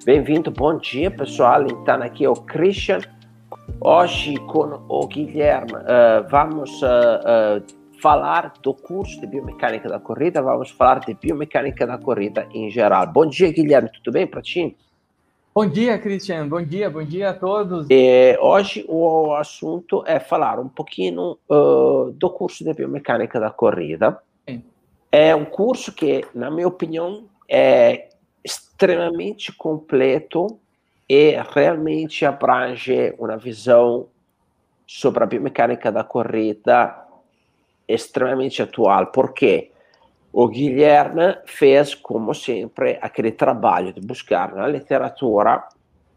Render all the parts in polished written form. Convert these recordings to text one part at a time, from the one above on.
Bem-vindo, bom dia pessoal, então aqui é o Christian, hoje com o Guilherme vamos falar do curso de Biomecânica da Corrida, vamos falar de Biomecânica da Corrida em geral. Bom dia Guilherme, tudo bem para ti? Bom dia Christian, bom dia a todos. Hoje o assunto é falar um pouquinho do curso de Biomecânica da Corrida. É um curso que, na minha opinião, é extremamente completo e realmente abrange uma visão sobre a biomecânica da corrida extremamente atual, porque o Guilherme fez, como sempre, aquele trabalho de buscar na literatura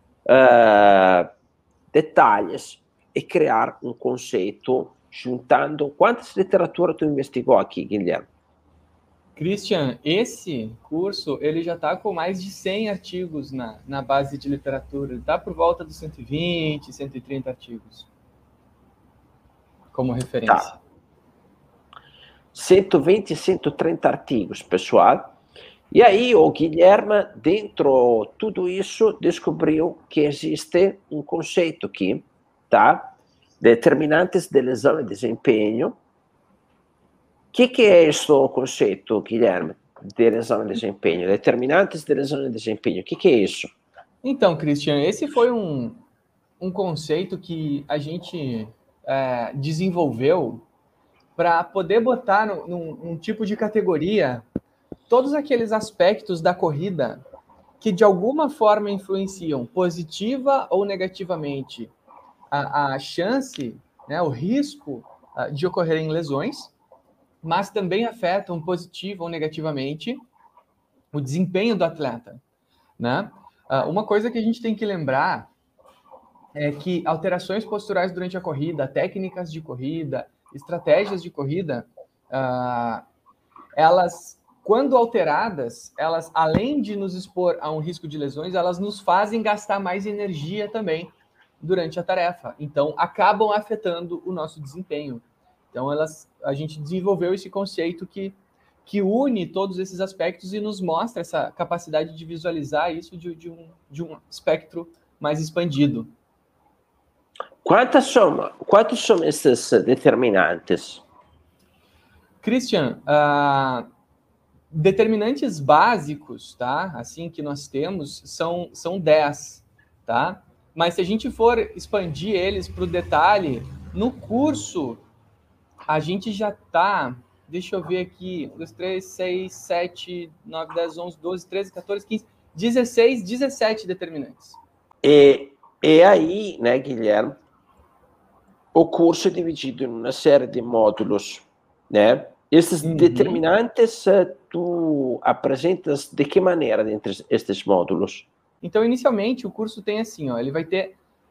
detalhes e criar um conceito juntando... Quantas literaturas tu investigou aqui, Guilherme? Christian, esse curso ele já está com mais de 100 artigos na base de literatura. Ele está por volta dos 120, 130 artigos como referência. Tá. 120 e 130 artigos, pessoal. E aí o Guilherme, dentro de tudo isso, descobriu que existe um conceito aqui, tá? Determinantes de lesão e desempenho. O que é esse conceito, Guilherme, de lesão e desempenho? Determinantes de lesão e desempenho, o que é isso? Então, Christian, esse foi um conceito que a gente desenvolveu para poder botar num tipo de categoria todos aqueles aspectos da corrida que de alguma forma influenciam positiva ou negativamente a chance, né, o risco de ocorrerem lesões, mas também afetam positivo ou negativamente o desempenho do atleta, né? Uma coisa que a gente tem que lembrar é que alterações posturais durante a corrida, técnicas de corrida, estratégias de corrida, elas, quando alteradas, elas, além de nos expor a um risco de lesões, elas nos fazem gastar mais energia também durante a tarefa. Então, acabam afetando o nosso desempenho. Então, a gente desenvolveu esse conceito que une todos esses aspectos e nos mostra essa capacidade de visualizar isso de um espectro mais expandido. Quantos são esses determinantes? Christian, determinantes básicos, tá? Assim que nós temos, são 10, tá? Mas se a gente for expandir eles para o detalhe, no curso, a gente já está... Deixa eu ver aqui. 1, 2, 3, 6, 7, 9, 10, 11, 12, 13, 14, 15, 16, 17 determinantes. E aí, né, Guilherme, o curso é dividido em uma série de módulos, né? Esses determinantes tu apresentas de que maneira dentro destes módulos? Então, inicialmente, o curso tem assim, ó, ele vai ter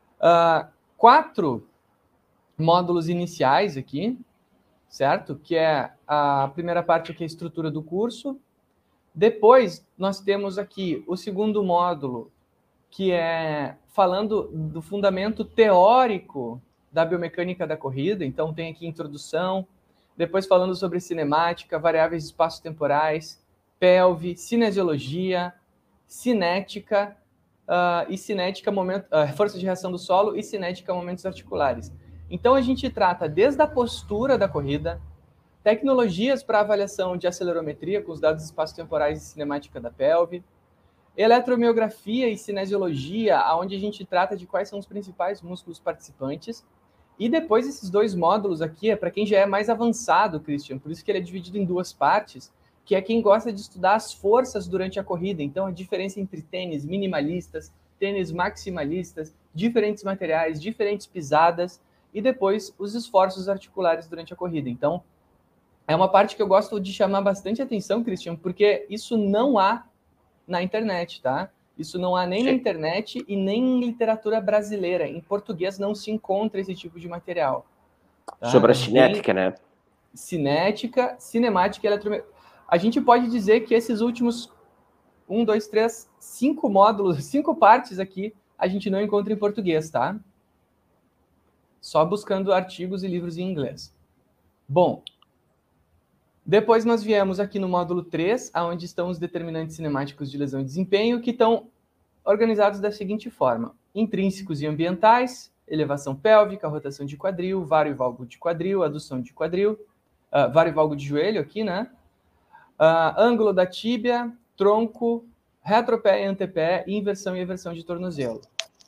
4 módulos iniciais aqui, certo? Que é a primeira parte, que é a estrutura do curso. Depois, nós temos aqui o segundo módulo, que é falando do fundamento teórico da biomecânica da corrida. Então, tem aqui introdução, depois falando sobre cinemática, variáveis espaço-temporais, pelve, cinesiologia, cinética e cinética, força de reação do solo e cinética, momentos articulares. Então, a gente trata desde a postura da corrida, tecnologias para avaliação de acelerometria com os dados espaço-temporais e cinemática da pelve, eletromiografia e cinesiologia, onde a gente trata de quais são os principais músculos participantes. E depois esses 2 módulos aqui é para quem já é mais avançado, Christian, por isso que ele é dividido em 2 partes, que é quem gosta de estudar as forças durante a corrida. Então, a diferença entre tênis minimalistas, tênis maximalistas, diferentes materiais, diferentes pisadas, e depois os esforços articulares durante a corrida. Então, é uma parte que eu gosto de chamar bastante atenção, Christian, porque isso não há na internet, tá? Isso não há nem na internet e nem em literatura brasileira. Em português não se encontra esse tipo de material. Tá? Sobre a cinética, né? Cinética, cinemática e eletromiografia. A gente pode dizer que esses últimos 1, 2, 3, 5 módulos, 5 partes aqui, a gente não encontra em português, tá? Só buscando artigos e livros em inglês. Bom, depois nós viemos aqui no módulo 3, onde estão os determinantes cinemáticos de lesão e desempenho, que estão organizados da seguinte forma: intrínsecos e ambientais, elevação pélvica, rotação de quadril, vário e valgo de quadril, adução de quadril, vário e valgo de joelho aqui, né? Ângulo da tíbia, tronco, retropé e antepé, inversão e eversão de tornozelo.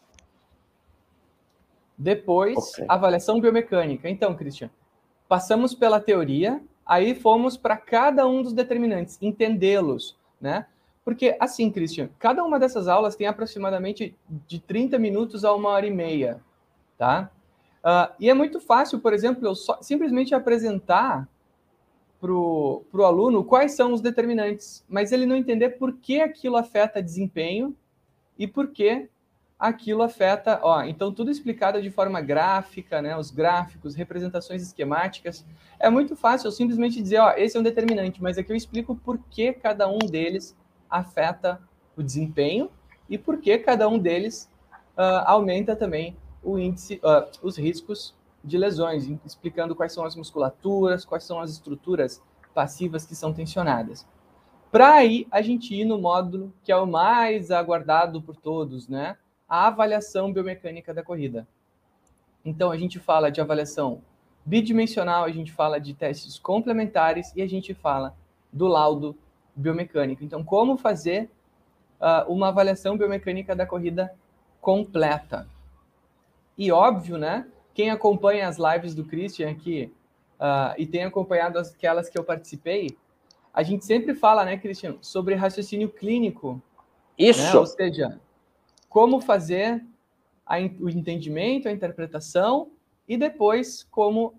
Depois, avaliação biomecânica. Então, Christian, passamos pela teoria, aí fomos para cada um dos determinantes, entendê-los, né? Porque, assim, Christian, cada uma dessas aulas tem aproximadamente de 30 minutos a 1h30, tá? E é muito fácil, por exemplo, eu simplesmente apresentar para o aluno quais são os determinantes, mas ele não entender por que aquilo afeta desempenho e por que aquilo afeta... então, tudo explicado de forma gráfica, né? Os gráficos, representações esquemáticas. É muito fácil eu simplesmente dizer, esse é um determinante, mas aqui eu explico por que cada um deles afeta o desempenho e por que cada um deles aumenta também o índice, os riscos de lesões, explicando quais são as musculaturas, quais são as estruturas passivas que são tensionadas. Para aí a gente ir no módulo que é o mais aguardado por todos, né? A avaliação biomecânica da corrida. Então, a gente fala de avaliação bidimensional, a gente fala de testes complementares e a gente fala do laudo biomecânico. Então, como fazer uma avaliação biomecânica da corrida completa. E óbvio, né? Quem acompanha as lives do Christian aqui e tem acompanhado aquelas que eu participei, a gente sempre fala, né, Christian, sobre raciocínio clínico. Isso. Né? Ou seja, como fazer o entendimento, a interpretação e depois como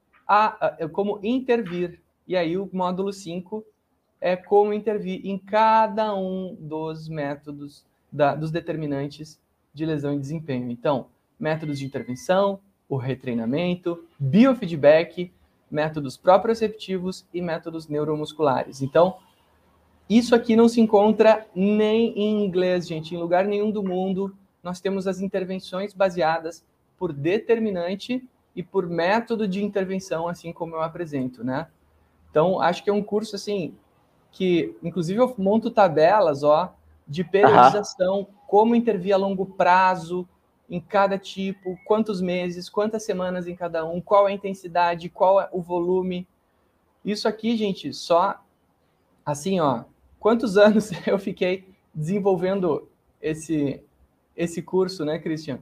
intervir. E aí o módulo 5 é como intervir em cada um dos métodos, dos determinantes de lesão e desempenho. Então, métodos de intervenção, o retreinamento, biofeedback, métodos proprioceptivos e métodos neuromusculares. Então, isso aqui não se encontra nem em inglês, gente. Em lugar nenhum do mundo, nós temos as intervenções baseadas por determinante e por método de intervenção, assim como eu apresento, né? Então, acho que é um curso, assim, que, inclusive, eu monto tabelas, de periodização, como intervir a longo prazo, em cada tipo, quantos meses, quantas semanas em cada um, qual a intensidade, qual é o volume. Isso aqui, gente, só assim, quantos anos eu fiquei desenvolvendo esse curso, né, Christian?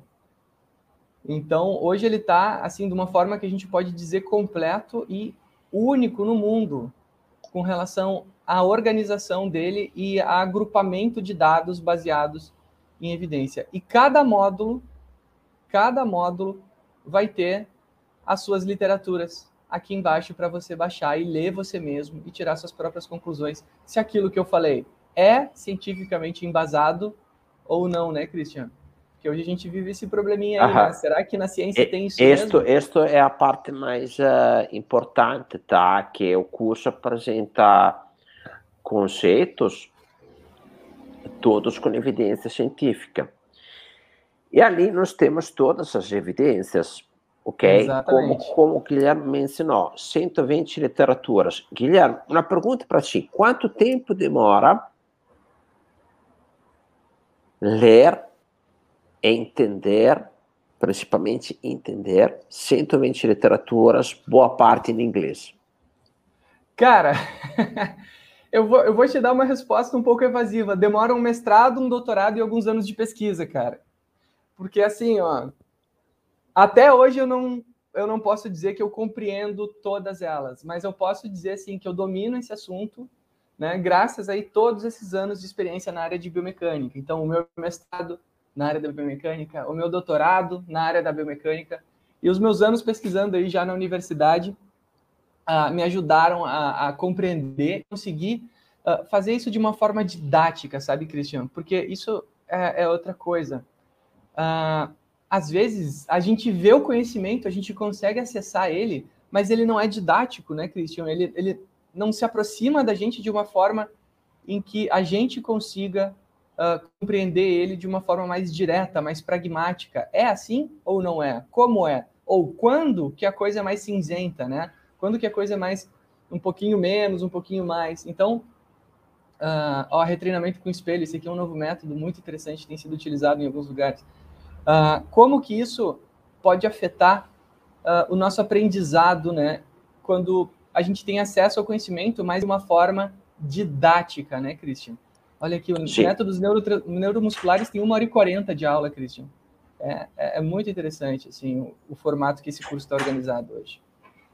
Então, hoje ele está, assim, de uma forma que a gente pode dizer completo e único no mundo, com relação à organização dele e a agrupamento de dados baseados em evidência. E cada módulo vai ter as suas literaturas aqui embaixo para você baixar e ler você mesmo e tirar suas próprias conclusões, se aquilo que eu falei é cientificamente embasado ou não, né, Christian? Porque hoje a gente vive esse probleminha aí, né? Será que na ciência tem isso mesmo? Esta é a parte mais importante, tá? Que o curso apresenta conceitos todos com evidência científica. E ali nós temos todas as evidências, ok? Como o Guilherme mencionou, 120 literaturas. Guilherme, uma pergunta para ti. Quanto tempo demora ler, entender, principalmente entender, 120 literaturas, boa parte em inglês? Cara, eu vou te dar uma resposta um pouco evasiva. Demora um mestrado, um doutorado e alguns anos de pesquisa, cara. Porque, assim, até hoje eu não posso dizer que eu compreendo todas elas, mas eu posso dizer, assim, que eu domino esse assunto, né, graças a todos esses anos de experiência na área de biomecânica. Então, o meu mestrado na área da biomecânica, o meu doutorado na área da biomecânica e os meus anos pesquisando aí já na universidade me ajudaram a compreender, conseguir fazer isso de uma forma didática, sabe, Christian? Porque isso é outra coisa. Às vezes, a gente vê o conhecimento, a gente consegue acessar ele, mas ele não é didático, né, Christian? Ele não se aproxima da gente de uma forma em que a gente consiga compreender ele de uma forma mais direta, mais pragmática. É assim ou não é? Como é? Ou quando que a coisa é mais cinzenta, né? Quando que a coisa é mais um pouquinho menos, um pouquinho mais. Então, retreinamento com espelho, esse aqui é um novo método muito interessante, tem sido utilizado em alguns lugares. Como que isso pode afetar o nosso aprendizado, né? Quando a gente tem acesso ao conhecimento, mas de uma forma didática, né, Christian? Olha aqui, os métodos neuromusculares tem 1h40 de aula, Christian. É muito interessante, assim, o formato que esse curso está organizado hoje.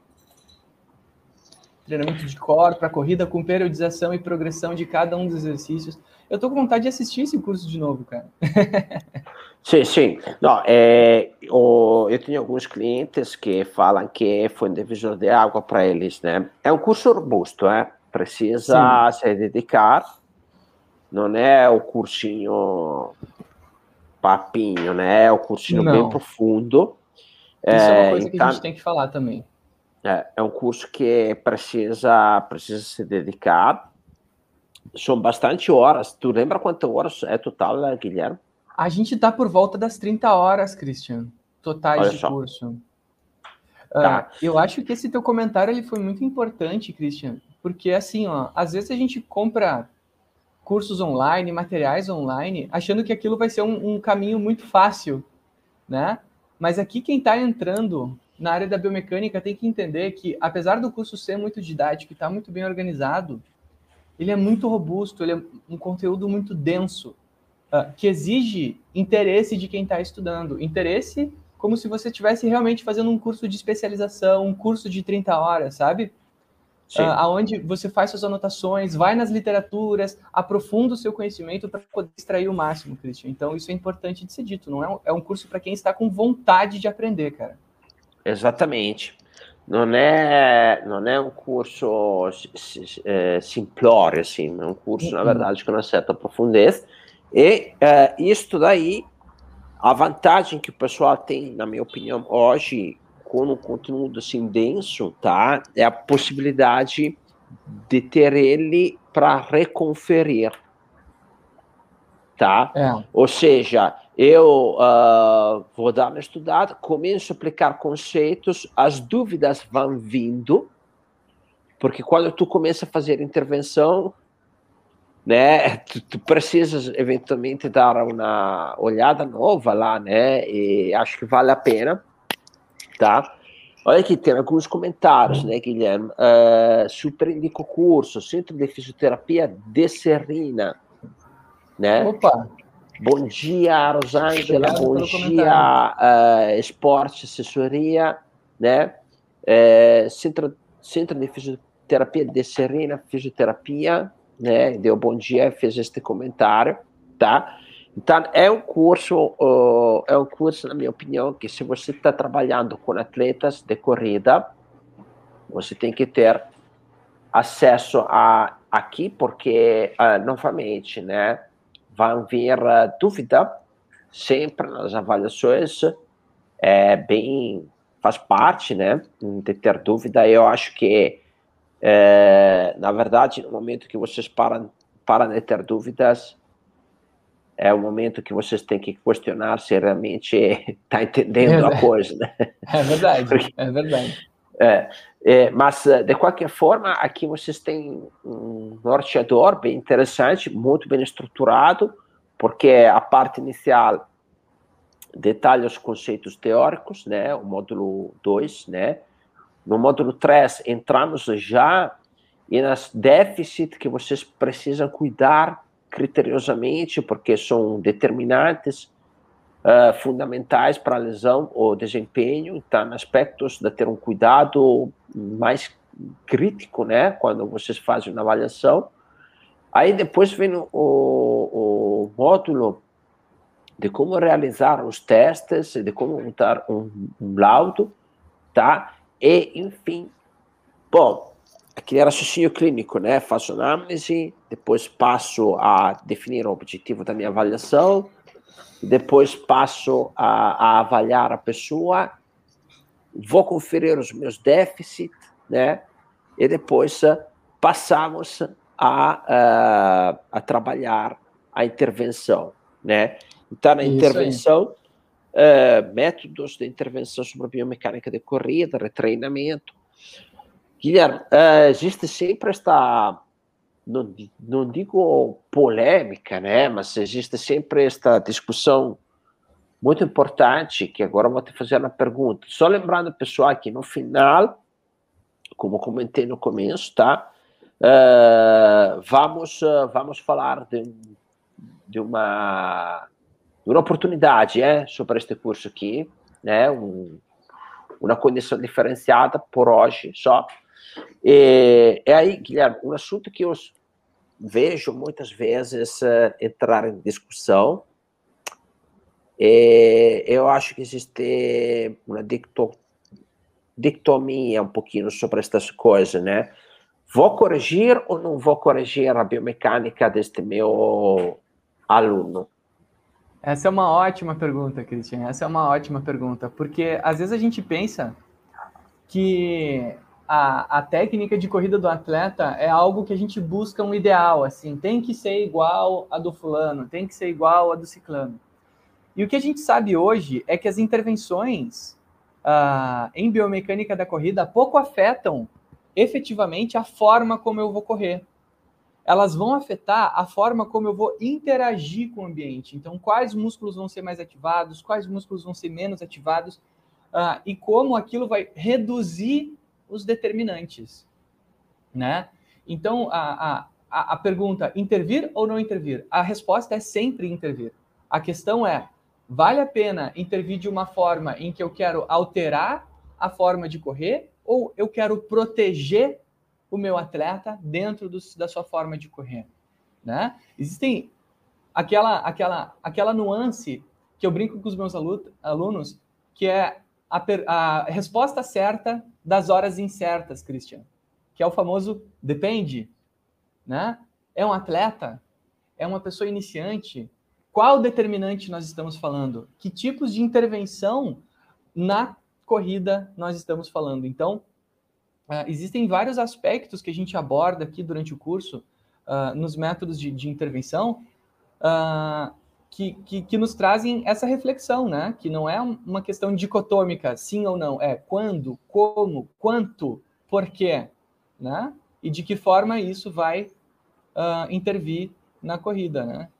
Treinamento de core para corrida com periodização e progressão de cada um dos exercícios. Eu tô com vontade de assistir esse curso de novo, cara. Sim. Não, eu tenho alguns clientes que falam que foi um divisor de água para eles, né? É um curso robusto, precisa se dedicar, não é o cursinho papinho, né? É o cursinho bem profundo. Isso é uma coisa que a gente tem que falar também. É um curso que precisa se dedicar. São bastante horas. Tu lembra quantas horas é total, Guilherme? A gente está por volta das 30 horas, Christian, totais de curso. Tá. Eu acho que esse teu comentário ele foi muito importante, Christian, porque assim, às vezes a gente compra cursos online, materiais online, achando que aquilo vai ser um caminho muito fácil, né? Mas aqui quem está entrando na área da biomecânica tem que entender que, apesar do curso ser muito didático e estar muito bem organizado, ele é muito robusto, ele é um conteúdo muito denso, que exige interesse de quem está estudando. Interesse como se você estivesse realmente fazendo um curso de especialização, um curso de 30 horas, sabe? Aonde você faz suas anotações, vai nas literaturas, aprofunda o seu conhecimento para poder extrair o máximo, Christian. Então, isso é importante de ser dito. Não é um curso para quem está com vontade de aprender, cara. Exatamente. Não é um curso simplório, assim, é um curso, na verdade, com uma certa profundez. E isto daí, a vantagem que o pessoal tem, na minha opinião, hoje, com um conteúdo assim denso, tá? É a possibilidade de ter ele para reconferir, tá? Ou seja, eu vou dar uma estudada, começo a aplicar conceitos, as dúvidas vão vindo, porque quando tu começa a fazer intervenção, né, tu precisas eventualmente dar uma olhada nova lá, né, e acho que vale a pena, tá? Olha aqui, tem alguns comentários, né, Guilherme? Super indico curso, Centro de Fisioterapia de Serrina, né? Opa! Bom dia, Rosângela. Bom dia, Esporte Assessoria, né? Centro de Fisioterapia de Serrina, Fisioterapia, né? Deu bom dia, fez este comentário, tá? Então, é um curso, na minha opinião, que se você está trabalhando com atletas de corrida, você tem que ter acesso aqui, porque, novamente, né? Vão vir dúvida sempre nas avaliações, faz parte, né, de ter dúvida. Eu acho que, na verdade, no momento que vocês param de ter dúvidas, é o momento que vocês têm que questionar se realmente está entendendo a coisa, né? É verdade, é verdade. Mas, de qualquer forma, aqui vocês têm um norteador bem interessante, muito bem estruturado, porque a parte inicial detalha os conceitos teóricos, né, o módulo 2, né, no módulo 3 entramos já nas déficits que vocês precisam cuidar criteriosamente, porque são determinantes fundamentais para a lesão ou desempenho, então aspectos de ter um cuidado mais crítico, né, quando vocês fazem uma avaliação. Aí depois vem o módulo de como realizar os testes, de como montar um laudo, tá? E, enfim, bom, aquele raciocínio clínico, né? Faço análise, depois passo a definir o objetivo da minha avaliação, depois passo a avaliar a pessoa, vou conferir os meus déficits, né? E depois passamos a trabalhar a intervenção, né? Então, na intervenção, métodos de intervenção sobre biomecânica de corrida, retreinamento. Guilherme, existe sempre esta não digo polêmica, né? Mas existe sempre esta discussão muito importante, que agora vou te fazer uma pergunta. Só lembrando, pessoal, que no final, como comentei no começo, tá? Vamos falar de uma oportunidade sobre este curso aqui, né? Uma condição diferenciada por hoje só. E aí, Guilherme, um assunto que eu vejo muitas vezes entrar em discussão, eu acho que existe uma dicotomia um pouquinho sobre estas coisas, né? Vou corrigir ou não vou corrigir a biomecânica deste meu aluno? Essa é uma ótima pergunta, Christian. Essa é uma ótima pergunta, porque às vezes a gente pensa que a técnica de corrida do atleta é algo que a gente busca um ideal, assim, tem que ser igual a do fulano, tem que ser igual a do ciclano. E o que a gente sabe hoje é que as intervenções em biomecânica da corrida pouco afetam efetivamente a forma como eu vou correr. Elas vão afetar a forma como eu vou interagir com o ambiente. Então, quais músculos vão ser mais ativados, quais músculos vão ser menos ativados, e como aquilo vai reduzir os determinantes, né? Então, a pergunta, intervir ou não intervir? A resposta é sempre intervir. A questão é, vale a pena intervir de uma forma em que eu quero alterar a forma de correr ou eu quero proteger o meu atleta dentro da sua forma de correr, né? Existem aquela nuance que eu brinco com os meus alunos, que é a resposta certa das horas incertas, Christian, que é o famoso depende, né? É um atleta? É uma pessoa iniciante? Qual determinante nós estamos falando? Que tipos de intervenção na corrida nós estamos falando? Então, existem vários aspectos que a gente aborda aqui durante o curso, nos métodos de intervenção, que nos trazem essa reflexão, né? Que não é uma questão dicotômica, sim ou não, é quando, como, quanto, por quê, né? E de que forma isso vai intervir na corrida, né?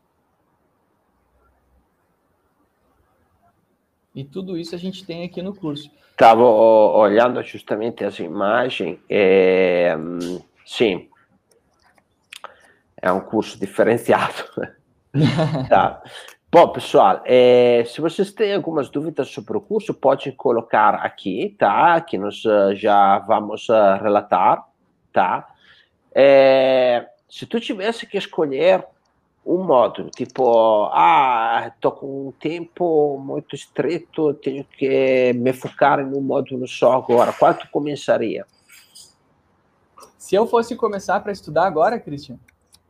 E tudo isso a gente tem aqui no curso. Estava olhando justamente as imagens, sim, é um curso diferenciado. Tá. Bom, pessoal, se vocês têm algumas dúvidas sobre o curso, podem colocar aqui, tá? Que nós já vamos relatar, tá? Se tu tivesse que escolher um módulo, tipo, tô com um tempo muito estreito, tenho que me focar em um módulo só agora, qual tu começaria? Se eu fosse começar para estudar agora, Christian?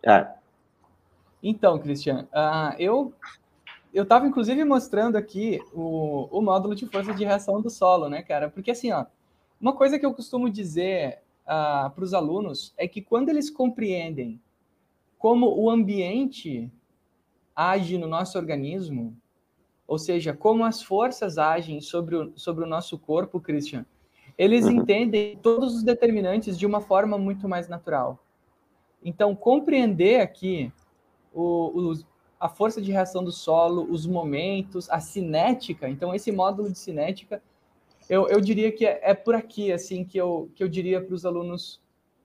Então, Christian, eu estava inclusive mostrando aqui o módulo de força de reação do solo, né, cara? Porque assim, uma coisa que eu costumo dizer para os alunos é que quando eles compreendem como o ambiente age no nosso organismo, ou seja, como as forças agem sobre o nosso corpo, Christian, eles entendem todos os determinantes de uma forma muito mais natural. Então, compreender aqui a força de reação do solo, os momentos, a cinética, então esse módulo de cinética, eu diria que é por aqui, assim, que eu diria para os alunos,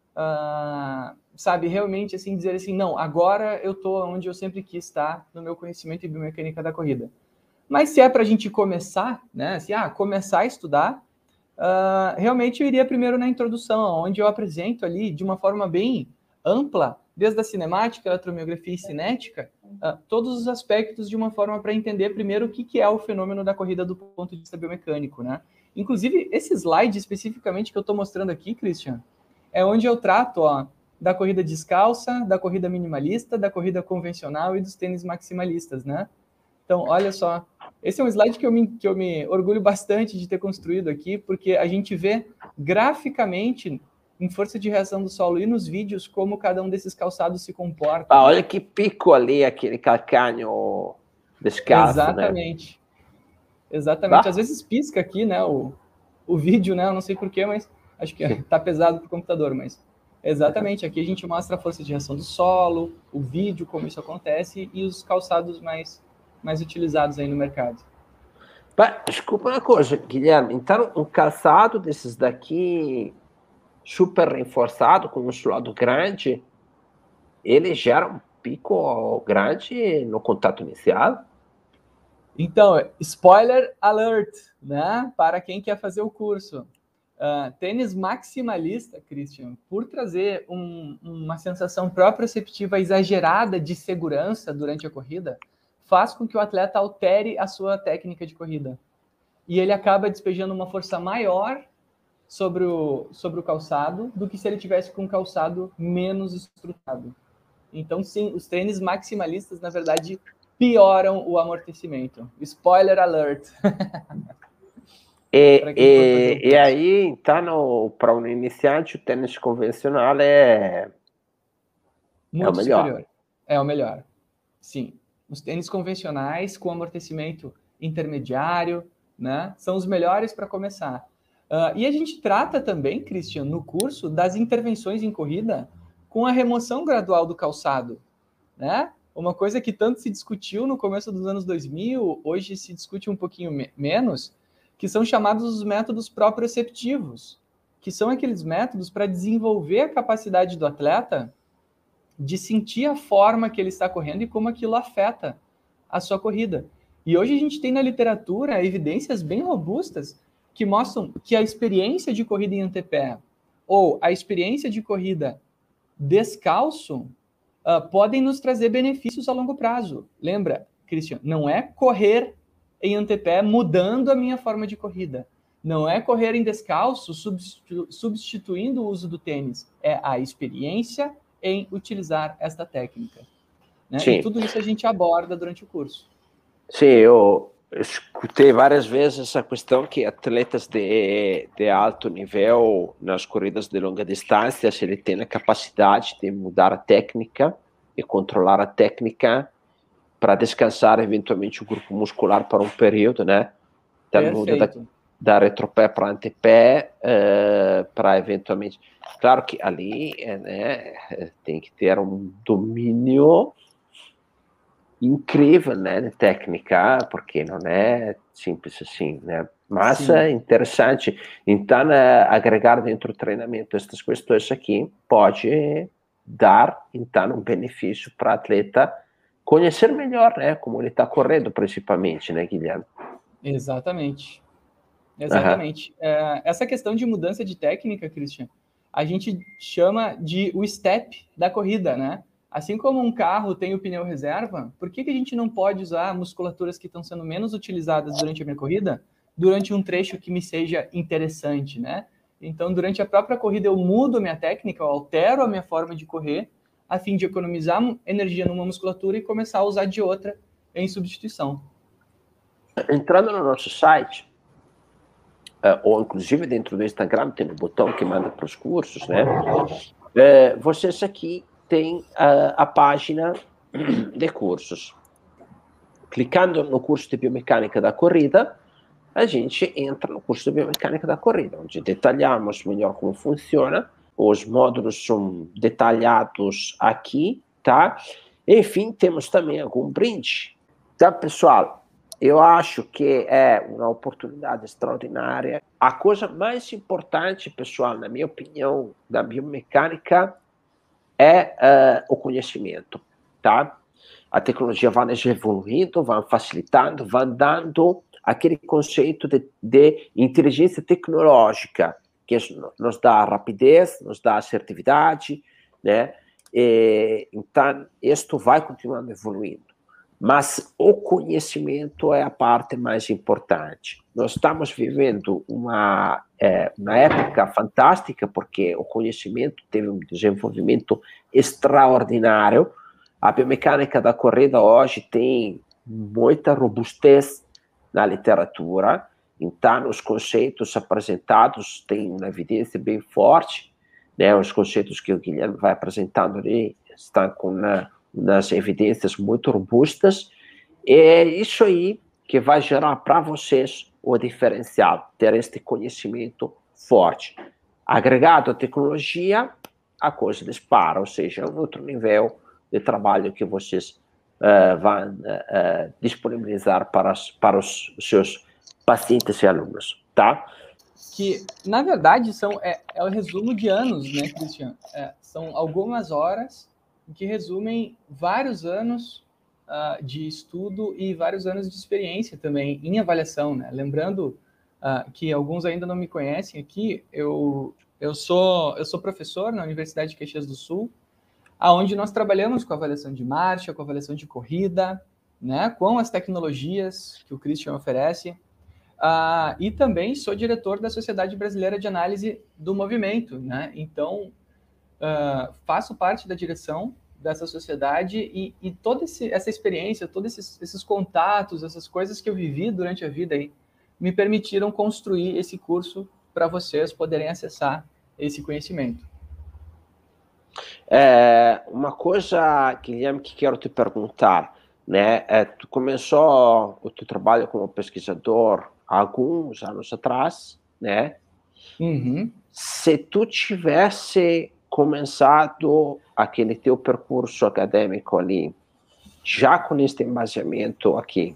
sabe, realmente, assim, dizer assim, não, agora eu estou onde eu sempre quis estar no meu conhecimento em biomecânica da corrida. Mas se é para a gente começar, né, assim, começar a estudar, realmente eu iria primeiro na introdução, onde eu apresento ali, de uma forma bem ampla, desde a cinemática, eletromiografia e cinética, todos os aspectos de uma forma para entender primeiro o que é o fenômeno da corrida do ponto de vista biomecânico, né? Inclusive, esse slide especificamente que eu estou mostrando aqui, Christian, é onde eu trato da corrida descalça, da corrida minimalista, da corrida convencional e dos tênis maximalistas, né? Então, olha só, esse é um slide que eu me orgulho bastante de ter construído aqui, porque a gente vê graficamente, em força de reação do solo e nos vídeos, como cada um desses calçados se comporta. Olha que pico ali, aquele calcânio descalço, exatamente. Né? Exatamente. Às vezes pisca aqui, né, o vídeo, né, eu não sei porquê, mas acho que tá pesado pro computador, mas Exatamente, aqui a gente mostra a força de reação do solo, o vídeo, como isso acontece, e os calçados mais utilizados aí no mercado. Desculpa uma coisa, Guilherme, então um calçado desses daqui, super reforçado, com um solado grande, ele gera um pico grande no contato inicial? Então, spoiler alert, né? Para quem quer fazer o curso. Tênis maximalista, Christian, por trazer uma sensação proprioceptiva exagerada de segurança durante a corrida, faz com que o atleta altere a sua técnica de corrida. E ele acaba despejando uma força maior sobre o calçado do que se ele tivesse com um calçado menos estruturado. Então, sim, os tênis maximalistas, na verdade, pioram o amortecimento. Spoiler alert. E aí, então, para um iniciante, o tênis convencional é muito o melhor. Superior. É o melhor. Sim. Os tênis convencionais com amortecimento intermediário, né, são os melhores para começar. E a gente trata também, Christian, no curso, das intervenções em corrida com a remoção gradual do calçado, né? Uma coisa que tanto se discutiu no começo dos anos 2000, hoje se discute um pouquinho menos, que são chamados os métodos proprioceptivos, que são aqueles métodos para desenvolver a capacidade do atleta de sentir a forma que ele está correndo e como aquilo afeta a sua corrida. E hoje a gente tem na literatura evidências bem robustas que mostram que a experiência de corrida em antepé ou a experiência de corrida descalço podem nos trazer benefícios a longo prazo. Lembra, Christian, não é correr em antepé mudando a minha forma de corrida. Não é correr em descalço substituindo o uso do tênis. É a experiência em utilizar esta técnica. Né? E tudo isso a gente aborda durante o curso. Sim, eu escutei várias vezes essa questão que atletas de alto nível nas corridas de longa distância, se ele tem a capacidade de mudar a técnica e controlar a técnica para descansar eventualmente o grupo muscular por um período, né? Então, muda da retropé para antepé, para eventualmente... Claro que ali né, tem que ter um domínio incrível, né, de técnica, porque não é simples assim, né? Mas é interessante. Então, agregar dentro do treinamento essas questões aqui pode dar, então, um benefício para o atleta conhecer melhor, né, como ele está correndo, principalmente, né, Guilherme? Exatamente. Exatamente. Essa questão de mudança de técnica, Christian, a gente chama de o step da corrida, né? Assim como um carro tem o pneu reserva, por que a gente não pode usar musculaturas que estão sendo menos utilizadas durante a minha corrida, durante um trecho que me seja interessante, né? Então, durante a própria corrida, eu mudo a minha técnica, eu altero a minha forma de correr, a fim de economizar energia numa musculatura e começar a usar de outra em substituição. Entrando no nosso site, ou inclusive dentro do Instagram, tem um botão que manda para os cursos, né? Vocês aqui têm a página de cursos. Clicando no curso de biomecânica da corrida, a gente entra no curso de biomecânica da corrida, onde detalhamos melhor como funciona, os módulos são detalhados aqui, tá? Enfim, temos também algum brinde. Tá, pessoal? Eu acho que é uma oportunidade extraordinária. A coisa mais importante, pessoal, na minha opinião, da biomecânica é o conhecimento, tá? A tecnologia vai evoluindo, vai facilitando, vai dando aquele conceito de inteligência tecnológica, que nos dá rapidez, nos dá assertividade, né? Então, isto vai continuando evoluindo. Mas o conhecimento é a parte mais importante. Nós estamos vivendo uma época fantástica, porque o conhecimento teve um desenvolvimento extraordinário. A biomecânica da corrida hoje tem muita robustez na literatura, então os conceitos apresentados têm uma evidência bem forte, né? Os conceitos que o Guilherme vai apresentando ali estão com umas evidências muito robustas, e é isso aí que vai gerar para vocês o diferencial, ter este conhecimento forte, agregado à tecnologia, a coisa dispara, ou seja, é um outro nível de trabalho que vocês vão disponibilizar para os seus pacientes e alunos, tá? Que, na verdade, é o resumo de anos, né, Cristian? São algumas horas que resumem vários anos de estudo e vários anos de experiência também em avaliação, né? Lembrando que alguns ainda não me conhecem aqui, eu sou professor na Universidade de Caxias do Sul, aonde nós trabalhamos com avaliação de marcha, com avaliação de corrida, né, com as tecnologias que o Christian oferece, e também sou diretor da Sociedade Brasileira de Análise do Movimento, né? Então, faço parte da direção dessa sociedade e toda essa experiência, todos esses contatos, essas coisas que eu vivi durante a vida aí, me permitiram construir esse curso para vocês poderem acessar esse conhecimento. Uma coisa, Guilherme, que quero te perguntar, né? Tu começou o teu trabalho como pesquisador há alguns anos atrás, né? Uhum. Se tu tivesse começado aquele teu percurso acadêmico ali, já com este embasamento aqui,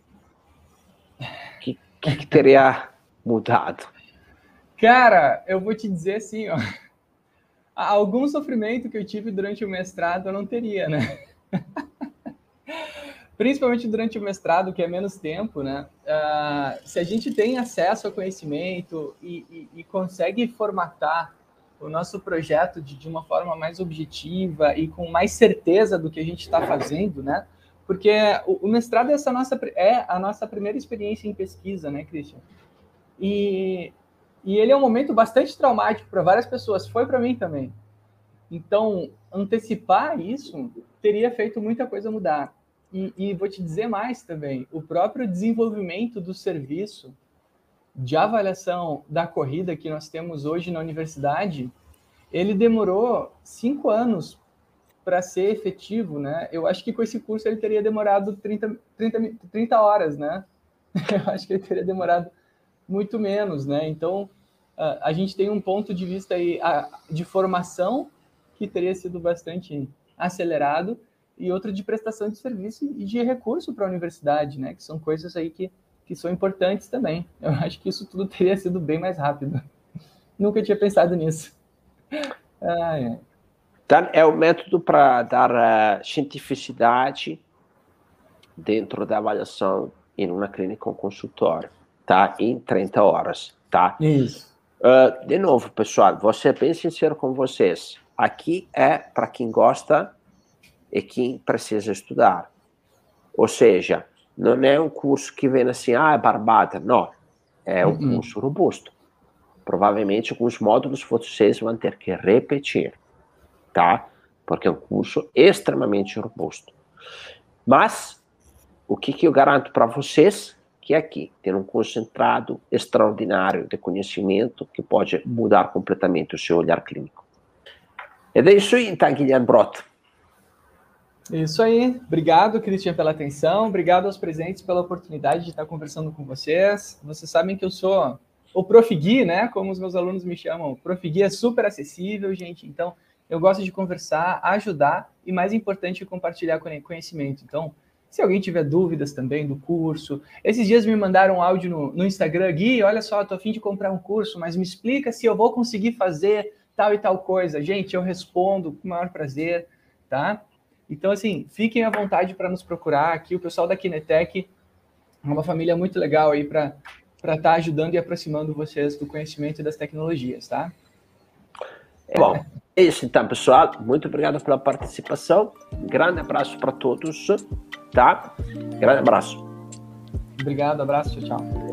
que teria mudado? Cara, eu vou te dizer assim, ó, algum sofrimento que eu tive durante o mestrado eu não teria, né? Principalmente durante o mestrado, que é menos tempo, né? Se a gente tem acesso ao conhecimento e consegue formatar o nosso projeto de uma forma mais objetiva e com mais certeza do que a gente está fazendo, né? Porque o mestrado é a nossa primeira experiência em pesquisa, né, Christian? E ele é um momento bastante traumático para várias pessoas, foi para mim também. Então, antecipar isso teria feito muita coisa mudar. E vou te dizer mais também, o próprio desenvolvimento do serviço de avaliação da corrida que nós temos hoje na universidade, ele demorou 5 anos para ser efetivo, né? Eu acho que com esse curso ele teria demorado 30 horas, né? Eu acho que ele teria demorado muito menos, né? Então, a gente tem um ponto de vista aí de formação que teria sido bastante acelerado e outro de prestação de serviço e de recurso para a universidade, né? Que são coisas aí que são importantes também. Eu acho que isso tudo teria sido bem mais rápido. Nunca tinha pensado nisso. Então, é o método para dar cientificidade dentro da avaliação em uma clínica ou consultório, tá? Em 30 horas, tá? Isso. De novo, pessoal, vou ser bem sincero com vocês. Aqui é para quem gosta e quem precisa estudar. Ou seja, não é um curso que vem assim, é barbada. Não, é um curso robusto. Provavelmente alguns módulos vocês vão ter que repetir, tá? Porque é um curso extremamente robusto. Mas, o que eu garanto para vocês, que aqui tem um concentrado extraordinário de conhecimento que pode mudar completamente o seu olhar clínico. É isso aí, então, Guilherme Broto. Isso aí. Obrigado, Christian, pela atenção. Obrigado aos presentes pela oportunidade de estar conversando com vocês. Vocês sabem que eu sou o Prof. Gui, né? Como os meus alunos me chamam. O Prof. Gui é super acessível, gente. Então, eu gosto de conversar, ajudar e, mais importante, compartilhar conhecimento. Então, se alguém tiver dúvidas também do curso... Esses dias me mandaram um áudio no Instagram. Gui, olha só, estou a fim de comprar um curso, mas me explica se eu vou conseguir fazer tal e tal coisa. Gente, eu respondo com o maior prazer, tá? Então, assim, fiquem à vontade para nos procurar aqui. O pessoal da Kinetec é uma família muito legal aí para estar ajudando e aproximando vocês do conhecimento e das tecnologias, tá? Bom, é isso então, pessoal. Muito obrigado pela participação. Grande abraço para todos, tá? Grande abraço. Obrigado, abraço, tchau.